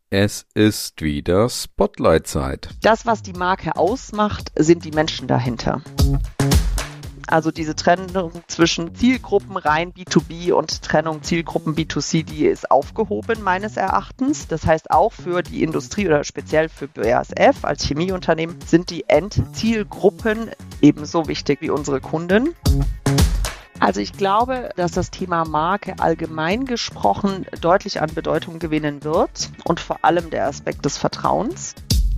Es ist wieder Spotlight-Zeit. Das, was die Marke ausmacht, sind die Menschen dahinter. Also diese Trennung zwischen Zielgruppen rein B2B und Trennung Zielgruppen B2C, die ist aufgehoben meines Erachtens. Das heißt, auch für die Industrie oder speziell für BASF als Chemieunternehmen sind die Endzielgruppen ebenso wichtig wie unsere Kunden. Also ich glaube, dass das Thema Marke allgemein gesprochen deutlich an Bedeutung gewinnen wird und vor allem der Aspekt des Vertrauens.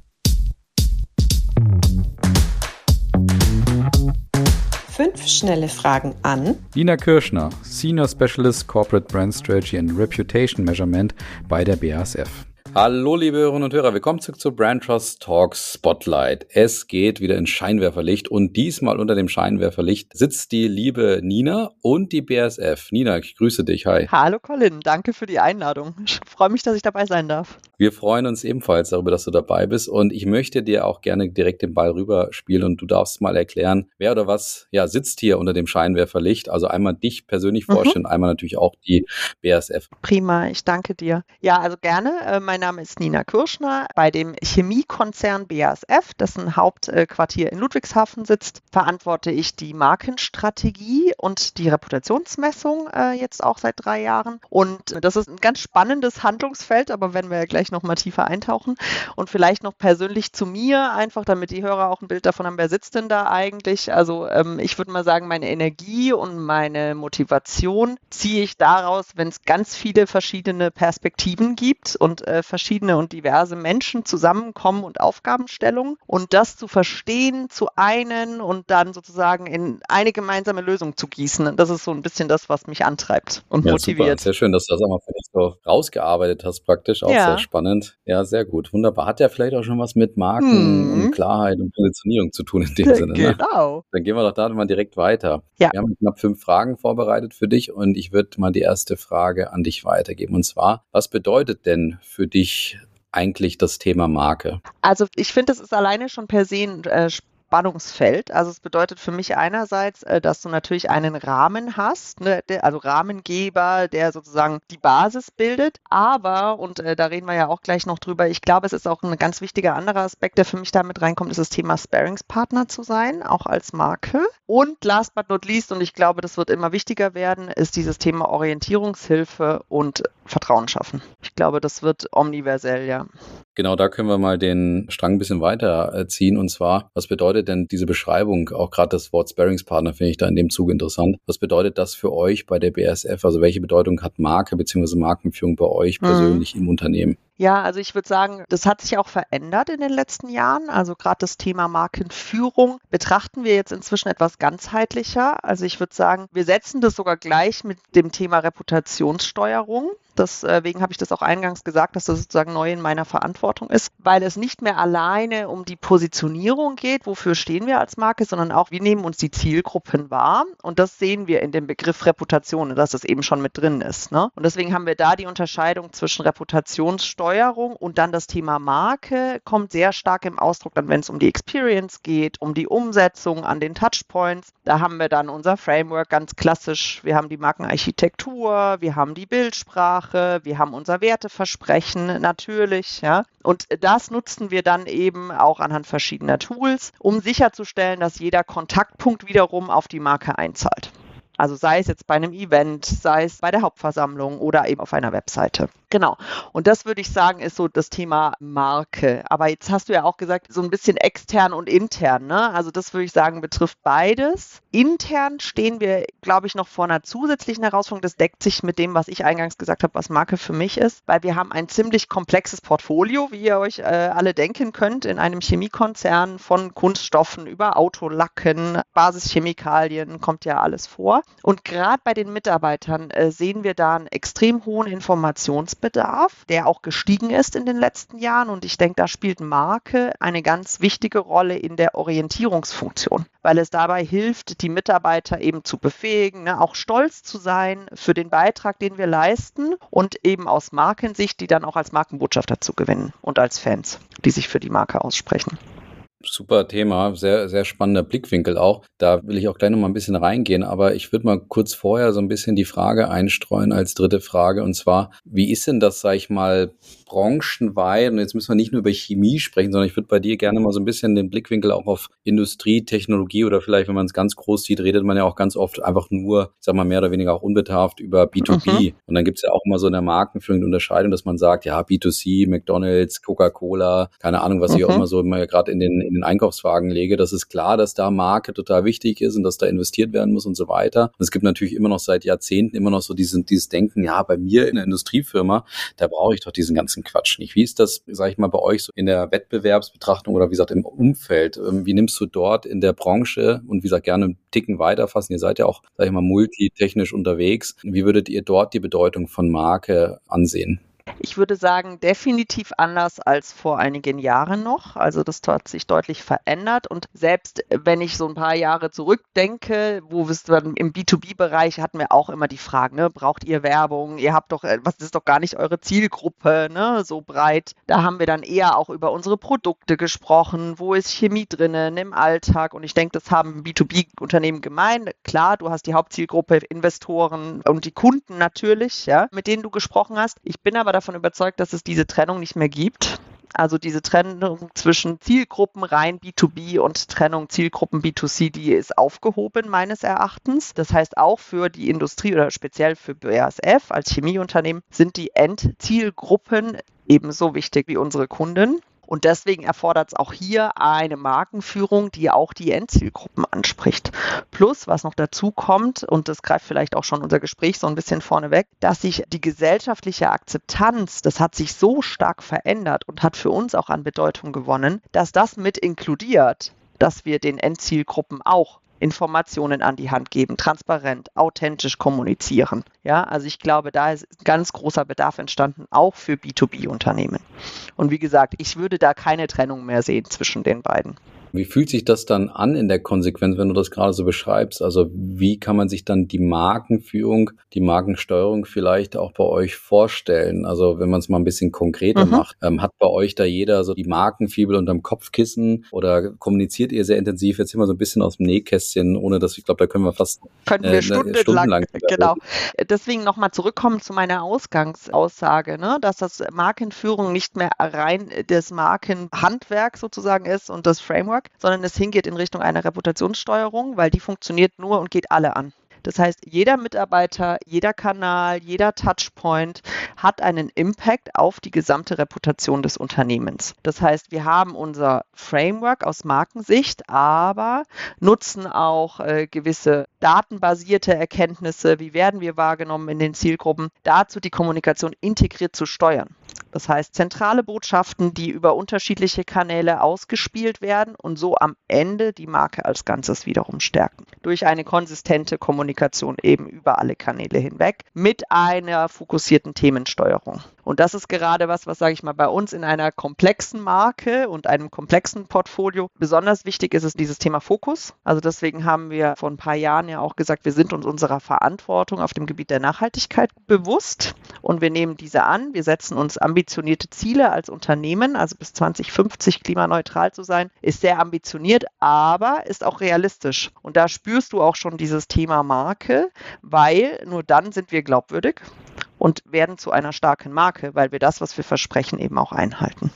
Fünf schnelle Fragen an Nina Kirschner, Senior Specialist Corporate Brand Strategy and Reputation Measurement bei der BASF. Hallo liebe Hörerinnen und Hörer, willkommen zurück zu Brand Trust Talks Spotlight. Es geht wieder ins Scheinwerferlicht und diesmal unter dem Scheinwerferlicht sitzt die liebe Nina und die BASF. Nina, ich grüße dich, hi. Hallo Colin, danke für die Einladung. Ich freue mich, dass ich dabei sein darf. Wir freuen uns ebenfalls darüber, dass du dabei bist und ich möchte dir auch gerne direkt den Ball rüberspielen und du darfst mal erklären, wer oder was sitzt hier unter dem Scheinwerferlicht. Also einmal dich persönlich vorstellen, einmal natürlich auch die BASF. Prima, ich danke dir. Ja, also gerne. Mein Name ist Nina Kirschner. Bei dem Chemiekonzern BASF, dessen Hauptquartier in Ludwigshafen sitzt, verantworte ich die Markenstrategie und die Reputationsmessung jetzt auch seit 3 Jahren. Und das ist ein ganz spannendes Handlungsfeld, aber wenn wir ja gleich noch mal tiefer eintauchen. Und vielleicht noch persönlich zu mir, einfach damit die Hörer auch ein Bild davon haben, wer sitzt denn da eigentlich? Also ich würde mal sagen, meine Energie und meine Motivation ziehe ich daraus, wenn es ganz viele verschiedene Perspektiven gibt und verschiedene und diverse Menschen zusammenkommen und Aufgabenstellungen und das zu verstehen, zu einen und dann sozusagen in eine gemeinsame Lösung zu gießen. Und das ist so ein bisschen das, was mich antreibt und motiviert. Super. Sehr schön, dass du das einmal für dich so rausgearbeitet hast praktisch. Auch sehr spannend. Ja, sehr gut. Wunderbar. Hat ja vielleicht auch schon was mit Marken und Klarheit und Positionierung zu tun in dem Sinne. Ne? Genau. Dann gehen wir doch da mal direkt weiter. Ja. Wir haben knapp 5 Fragen vorbereitet für dich und ich würde mal die erste Frage an dich weitergeben. Und zwar, was bedeutet denn für dich eigentlich das Thema Marke? Also ich finde, das ist alleine schon per se ein Spannungsfeld. Also es bedeutet für mich einerseits, dass du natürlich einen Rahmen hast, ne, also Rahmengeber, der sozusagen die Basis bildet. Aber, und da reden wir ja auch gleich noch drüber, ich glaube, es ist auch ein ganz wichtiger anderer Aspekt, der für mich damit reinkommt, ist das Thema Sparringspartner zu sein, auch als Marke. Und last but not least, und ich glaube, das wird immer wichtiger werden, ist dieses Thema Orientierungshilfe und Vertrauen schaffen. Ich glaube, das wird omniversell, ja. Genau, da können wir mal den Strang ein bisschen weiter ziehen. Und zwar, was bedeutet denn diese Beschreibung? Auch gerade das Wort Sparringspartner finde ich da in dem Zuge interessant. Was bedeutet das für euch bei der BASF? Also welche Bedeutung hat Marke bzw. Markenführung bei euch persönlich im Unternehmen? Ja, also ich würde sagen, das hat sich auch verändert in den letzten Jahren. Also gerade das Thema Markenführung betrachten wir jetzt inzwischen etwas ganzheitlicher. Also ich würde sagen, wir setzen das sogar gleich mit dem Thema Reputationssteuerung. Deswegen habe ich das auch eingangs gesagt, dass das sozusagen neu in meiner Verantwortung ist, weil es nicht mehr alleine um die Positionierung geht, wofür stehen wir als Marke, sondern auch, wie nehmen uns die Zielgruppen wahr. Und das sehen wir in dem Begriff Reputation, dass das eben schon mit drin ist. Ne? Und deswegen haben wir da die Unterscheidung zwischen Reputationssteuerung und dann das Thema Marke kommt sehr stark im Ausdruck, dann wenn es um die Experience geht, um die Umsetzung an den Touchpoints. Da haben wir dann unser Framework ganz klassisch. Wir haben die Markenarchitektur, wir haben die Bildsprache, wir haben unser Werteversprechen natürlich, ja. Und das nutzen wir dann eben auch anhand verschiedener Tools, um sicherzustellen, dass jeder Kontaktpunkt wiederum auf die Marke einzahlt. Also sei es jetzt bei einem Event, sei es bei der Hauptversammlung oder eben auf einer Webseite. Genau. Und das würde ich sagen, ist so das Thema Marke. Aber jetzt hast du ja auch gesagt, so ein bisschen extern und intern, ne? Also das würde ich sagen, betrifft beides. Intern stehen wir, glaube ich, noch vor einer zusätzlichen Herausforderung. Das deckt sich mit dem, was ich eingangs gesagt habe, was Marke für mich ist, weil wir haben ein ziemlich komplexes Portfolio, wie ihr euch alle denken könnt, in einem Chemiekonzern von Kunststoffen über Autolacken, Basischemikalien, kommt ja alles vor. Und gerade bei den Mitarbeitern sehen wir da einen extrem hohen Informationsbedarf, der auch gestiegen ist in den letzten Jahren. Und ich denke, da spielt Marke eine ganz wichtige Rolle in der Orientierungsfunktion, weil es dabei hilft, die Mitarbeiter eben zu befähigen, ne, auch stolz zu sein für den Beitrag, den wir leisten und eben aus Markensicht, die dann auch als Markenbotschafter zu gewinnen und als Fans, die sich für die Marke aussprechen. Super Thema, sehr, sehr spannender Blickwinkel auch. Da will ich auch gleich noch mal ein bisschen reingehen, aber ich würde mal kurz vorher so ein bisschen die Frage einstreuen als dritte Frage, und zwar, wie ist denn das, sag ich mal, branchenweit, und jetzt müssen wir nicht nur über Chemie sprechen, sondern ich würde bei dir gerne mal so ein bisschen den Blickwinkel auch auf Industrie, Technologie oder vielleicht, wenn man es ganz groß sieht, redet man ja auch ganz oft einfach nur, ich sag mal, mehr oder weniger auch unbedarft über B2B. Und dann gibt es ja auch immer so eine Markenführung, Unterscheidung, dass man sagt, ja, B2C, McDonald's, Coca-Cola, keine Ahnung, was ich auch immer so immer gerade in den Einkaufswagen lege. Das ist klar, dass da Marke total wichtig ist und dass da investiert werden muss und so weiter. Und es gibt natürlich immer noch seit Jahrzehnten immer noch so dieses Denken, ja, bei mir in der Industriefirma, da brauche ich doch diesen ganzen Quatsch nicht. Wie ist das, sage ich mal, bei euch so in der Wettbewerbsbetrachtung oder wie gesagt im Umfeld? Wie nimmst du dort in der Branche und wie gesagt gerne einen Ticken weiterfassen? Ihr seid ja auch, sage ich mal, multitechnisch unterwegs. Wie würdet ihr dort die Bedeutung von Marke ansehen? Ich würde sagen, definitiv anders als vor einigen Jahren noch. Also das hat sich deutlich verändert. Und selbst wenn ich so ein paar Jahre zurückdenke, wo wir dann im B2B-Bereich hatten wir auch immer die Fragen, ne, braucht ihr Werbung? Ihr habt doch, was ist doch gar nicht eure Zielgruppe, ne, so breit. Da haben wir dann eher auch über unsere Produkte gesprochen. Wo ist Chemie drinnen im Alltag? Und ich denke, das haben B2B-Unternehmen gemein. Klar, du hast die Hauptzielgruppe, Investoren und die Kunden natürlich, ja, mit denen du gesprochen hast. Ich bin aber davon überzeugt, dass es diese Trennung nicht mehr gibt. Also diese Trennung zwischen Zielgruppen rein B2B und Trennung Zielgruppen B2C, die ist aufgehoben meines Erachtens. Das heißt, auch für die Industrie oder speziell für BASF als Chemieunternehmen sind die Endzielgruppen ebenso wichtig wie unsere Kunden. Und deswegen erfordert es auch hier eine Markenführung, die auch die Endzielgruppen anspricht. Plus, was noch dazu kommt, und das greift vielleicht auch schon unser Gespräch so ein bisschen vorneweg, dass sich die gesellschaftliche Akzeptanz, das hat sich so stark verändert und hat für uns auch an Bedeutung gewonnen, dass das mit inkludiert, dass wir den Endzielgruppen auch Informationen an die Hand geben, transparent, authentisch kommunizieren. Ja, also ich glaube, da ist ein ganz großer Bedarf entstanden, auch für B2B-Unternehmen. Und wie gesagt, ich würde da keine Trennung mehr sehen zwischen den beiden. Wie fühlt sich das dann an in der Konsequenz, wenn du das gerade so beschreibst? Also wie kann man sich dann die Markenführung, die Markensteuerung vielleicht auch bei euch vorstellen? Also wenn man es mal ein bisschen konkreter macht, hat bei euch da jeder so die Markenfibel unterm Kopfkissen oder kommuniziert ihr sehr intensiv? Jetzt immer so ein bisschen aus dem Nähkästchen, ohne dass ich glaube, da können wir fast stundenlang genau. Deswegen nochmal zurückkommen zu meiner Ausgangsaussage, ne, dass das Markenführung nicht mehr rein das Markenhandwerk sozusagen ist und das Framework, sondern es hingeht in Richtung einer Reputationssteuerung, weil die funktioniert nur und geht alle an. Das heißt, jeder Mitarbeiter, jeder Kanal, jeder Touchpoint hat einen Impact auf die gesamte Reputation des Unternehmens. Das heißt, wir haben unser Framework aus Markensicht, aber nutzen auch gewisse datenbasierte Erkenntnisse, wie werden wir wahrgenommen in den Zielgruppen, dazu die Kommunikation integriert zu steuern. Das heißt, zentrale Botschaften, die über unterschiedliche Kanäle ausgespielt werden und so am Ende die Marke als Ganzes wiederum stärken. Durch eine konsistente Kommunikation eben über alle Kanäle hinweg mit einer fokussierten Themensteuerung. Und das ist gerade was sage ich mal, bei uns in einer komplexen Marke und einem komplexen Portfolio besonders wichtig ist, ist dieses Thema Fokus. Also deswegen haben wir vor ein paar Jahren ja auch gesagt, wir sind uns unserer Verantwortung auf dem Gebiet der Nachhaltigkeit bewusst und wir nehmen diese an. Wir setzen uns ambitionierte Ziele als Unternehmen, also bis 2050 klimaneutral zu sein, ist sehr ambitioniert, aber ist auch realistisch. Und da spürst du auch schon dieses Thema Marke, weil nur dann sind wir glaubwürdig und werden zu einer starken Marke, weil wir das, was wir versprechen, eben auch einhalten.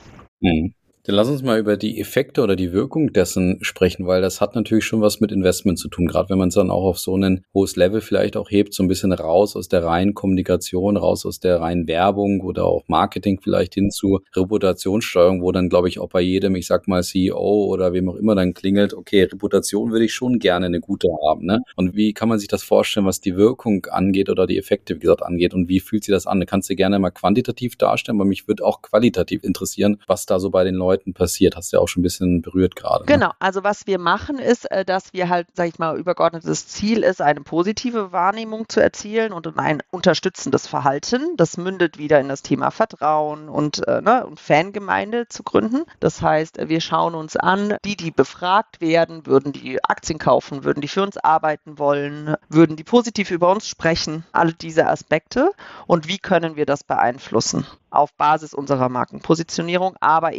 Dann lass uns mal über die Effekte oder die Wirkung dessen sprechen, weil das hat natürlich schon was mit Investment zu tun, gerade wenn man es dann auch auf so ein hohes Level vielleicht auch hebt, so ein bisschen raus aus der reinen Kommunikation, raus aus der reinen Werbung oder auch Marketing vielleicht hin zu Reputationssteuerung, wo dann, glaube ich, auch bei jedem, ich sag mal CEO oder wem auch immer dann klingelt, okay, Reputation würde ich schon gerne eine gute haben, ne? Und wie kann man sich das vorstellen, was die Wirkung angeht oder die Effekte, wie gesagt, angeht und wie fühlt sich das an? Du kannst dir gerne mal quantitativ darstellen, aber mich würde auch qualitativ interessieren, was da so bei den Leuten passiert. Hast du ja auch schon ein bisschen berührt gerade. Genau, also was wir machen ist, dass wir halt, sag ich mal, übergeordnetes Ziel ist, eine positive Wahrnehmung zu erzielen und ein unterstützendes Verhalten. Das mündet wieder in das Thema Vertrauen und Fangemeinde zu gründen. Das heißt, wir schauen uns an, die befragt werden, würden die Aktien kaufen, würden die für uns arbeiten wollen, würden die positiv über uns sprechen, alle diese Aspekte und wie können wir das beeinflussen? Auf Basis unserer Markenpositionierung, aber eben auch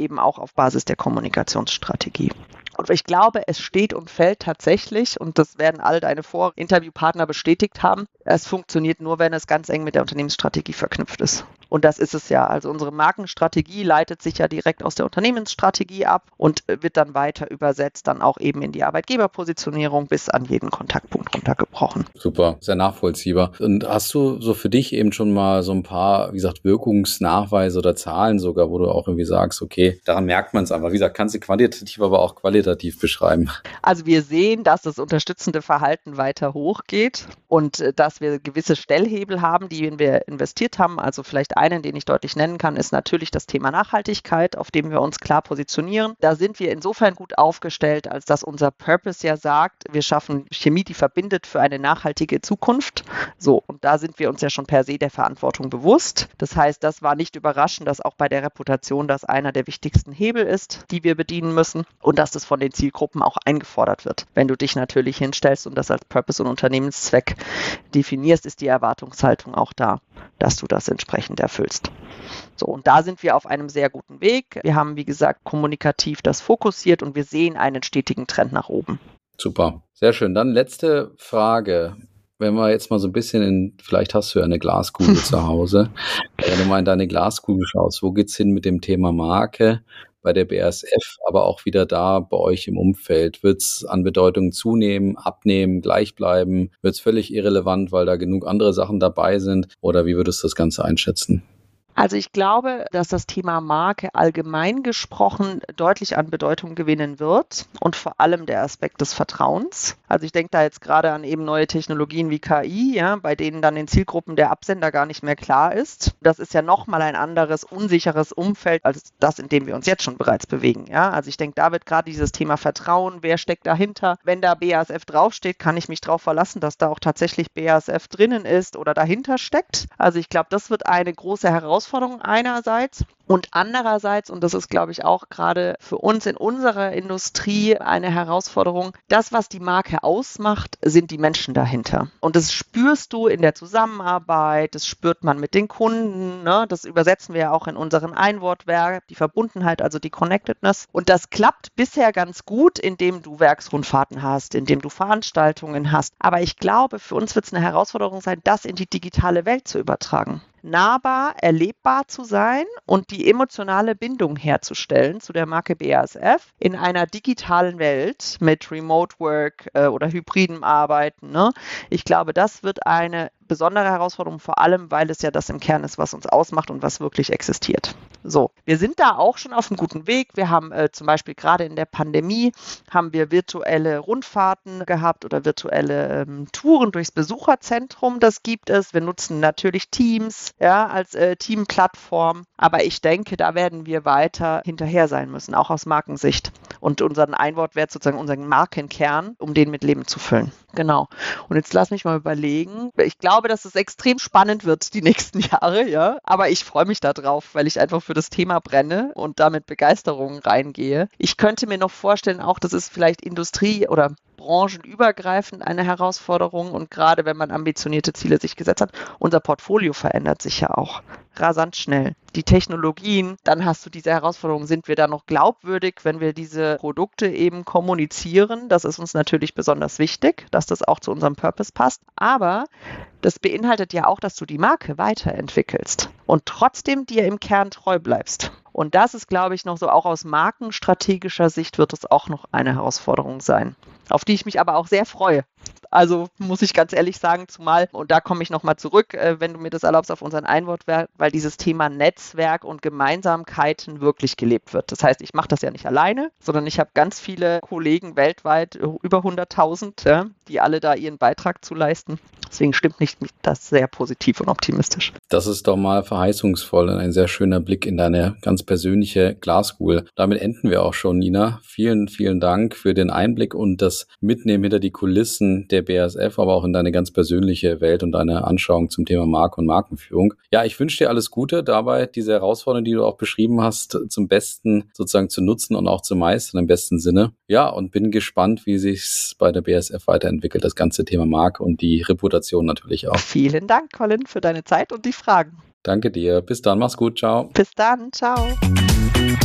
auf Basis der Kommunikationsstrategie. Und ich glaube, es steht und fällt tatsächlich, und das werden all deine Vor-Interviewpartner bestätigt haben, es funktioniert nur, wenn es ganz eng mit der Unternehmensstrategie verknüpft ist. Und das ist es ja. Also unsere Markenstrategie leitet sich ja direkt aus der Unternehmensstrategie ab und wird dann weiter übersetzt, dann auch eben in die Arbeitgeberpositionierung bis an jeden Kontaktpunkt runtergebrochen. Super, sehr nachvollziehbar. Und hast du so für dich eben schon mal so ein paar, wie gesagt, Wirkungsnachweise oder Zahlen sogar, wo du auch irgendwie sagst, okay, daran merkt man es einfach. Wie gesagt, kannst du quantitativ, aber auch qualitativ beschreiben. Also wir sehen, dass das unterstützende Verhalten weiter hochgeht und dass wir gewisse Stellhebel haben, die wir investiert haben. Also vielleicht einen, den ich deutlich nennen kann, ist natürlich das Thema Nachhaltigkeit, auf dem wir uns klar positionieren. Da sind wir insofern gut aufgestellt, als dass unser Purpose ja sagt, wir schaffen Chemie, die verbindet für eine nachhaltige Zukunft. So, und da sind wir uns ja schon per se der Verantwortung bewusst. Das heißt, das war nicht überraschend, dass auch bei der Reputation das einer der wichtigsten Hebel ist, die wir bedienen müssen und dass das von den Zielgruppen auch eingefordert wird. Wenn du dich natürlich hinstellst und das als Purpose und Unternehmenszweck definierst, ist die Erwartungshaltung auch da, dass du das entsprechend erfüllst. So, und da sind wir auf einem sehr guten Weg. Wir haben, wie gesagt, kommunikativ das fokussiert und wir sehen einen stetigen Trend nach oben. Super, sehr schön. Dann letzte Frage. Wenn wir jetzt mal so ein bisschen vielleicht hast du ja eine Glaskugel zu Hause, wenn du mal in deine Glaskugel schaust, wo geht's hin mit dem Thema Marke bei der BASF, aber auch wieder da bei euch im Umfeld? Wird es an Bedeutung zunehmen, abnehmen, gleich bleiben? Wird es völlig irrelevant, weil da genug andere Sachen dabei sind? Oder wie würdest du das Ganze einschätzen? Also ich glaube, dass das Thema Marke allgemein gesprochen deutlich an Bedeutung gewinnen wird und vor allem der Aspekt des Vertrauens. Also ich denke da jetzt gerade an eben neue Technologien wie KI, ja, bei denen dann den Zielgruppen der Absender gar nicht mehr klar ist. Das ist ja nochmal ein anderes, unsicheres Umfeld als das, in dem wir uns jetzt schon bereits bewegen. Ja. Also ich denke, da wird gerade dieses Thema Vertrauen, wer steckt dahinter? Wenn da BASF draufsteht, kann ich mich darauf verlassen, dass da auch tatsächlich BASF drinnen ist oder dahinter steckt. Also ich glaube, das wird eine große Herausforderung einerseits und andererseits, und das ist, glaube ich, auch gerade für uns in unserer Industrie eine Herausforderung, das, was die Marke ausmacht, sind die Menschen dahinter. Und das spürst du in der Zusammenarbeit, das spürt man mit den Kunden, ne? Das übersetzen wir ja auch in unseren Einwortwerk, die Verbundenheit, also die Connectedness. Und das klappt bisher ganz gut, indem du Werksrundfahrten hast, indem du Veranstaltungen hast. Aber ich glaube, für uns wird es eine Herausforderung sein, das in die digitale Welt zu übertragen. Nahbar, erlebbar zu sein und die emotionale Bindung herzustellen zu der Marke BASF in einer digitalen Welt mit Remote Work oder hybridem Arbeiten. Ne? Ich glaube, das wird eine besondere Herausforderung, vor allem, weil es ja das im Kern ist, was uns ausmacht und was wirklich existiert. So, wir sind da auch schon auf einem guten Weg. Wir haben zum Beispiel gerade in der Pandemie haben wir virtuelle Rundfahrten gehabt oder virtuelle Touren durchs Besucherzentrum. Das gibt es. Wir nutzen natürlich Teams, ja, als Teamplattform. Aber ich denke, da werden wir weiter hinterher sein müssen, auch aus Markensicht. Und unseren Einwortwert, sozusagen unseren Markenkern, um den mit Leben zu füllen. Genau. Und jetzt lass mich mal überlegen. Ich glaube, dass es extrem spannend wird die nächsten Jahre, ja. Aber ich freue mich da drauf, weil ich einfach für das Thema brenne und da mit Begeisterung reingehe. Ich könnte mir noch vorstellen, auch das ist vielleicht Industrie- oder branchenübergreifend eine Herausforderung und gerade wenn man ambitionierte Ziele sich gesetzt hat, unser Portfolio verändert sich ja auch rasant schnell. Die Technologien, dann hast du diese Herausforderung, sind wir da noch glaubwürdig, wenn wir diese Produkte eben kommunizieren? Das ist uns natürlich besonders wichtig, dass das auch zu unserem Purpose passt, aber das beinhaltet ja auch, dass du die Marke weiterentwickelst und trotzdem dir im Kern treu bleibst. Und das ist, glaube ich, noch so, auch aus markenstrategischer Sicht wird es auch noch eine Herausforderung sein, auf die ich mich aber auch sehr freue. Also muss ich ganz ehrlich sagen, zumal, und da komme ich nochmal zurück, wenn du mir das erlaubst, auf unseren Einwortwerk, weil dieses Thema Netzwerk und Gemeinsamkeiten wirklich gelebt wird. Das heißt, ich mache das ja nicht alleine, sondern ich habe ganz viele Kollegen weltweit, über 100.000, ja, die alle da ihren Beitrag zu leisten. Deswegen stimmt mich das sehr positiv und optimistisch. Das ist doch mal verheißungsvoll und ein sehr schöner Blick in deine ganz persönliche Glaskugel. Damit enden wir auch schon, Nina. Vielen, vielen Dank für den Einblick und das Mitnehmen hinter die Kulissen der BASF, aber auch in deine ganz persönliche Welt und deine Anschauung zum Thema Marke und Markenführung. Ja, ich wünsche dir alles Gute dabei, diese Herausforderung, die du auch beschrieben hast, zum Besten sozusagen zu nutzen und auch zu meistern im besten Sinne. Ja, und bin gespannt, wie sich's bei der BASF weiterentwickelt, das ganze Thema Marke und die Reputation natürlich auch. Vielen Dank, Colin, für deine Zeit und die Fragen. Danke dir. Bis dann. Mach's gut. Ciao. Bis dann. Ciao.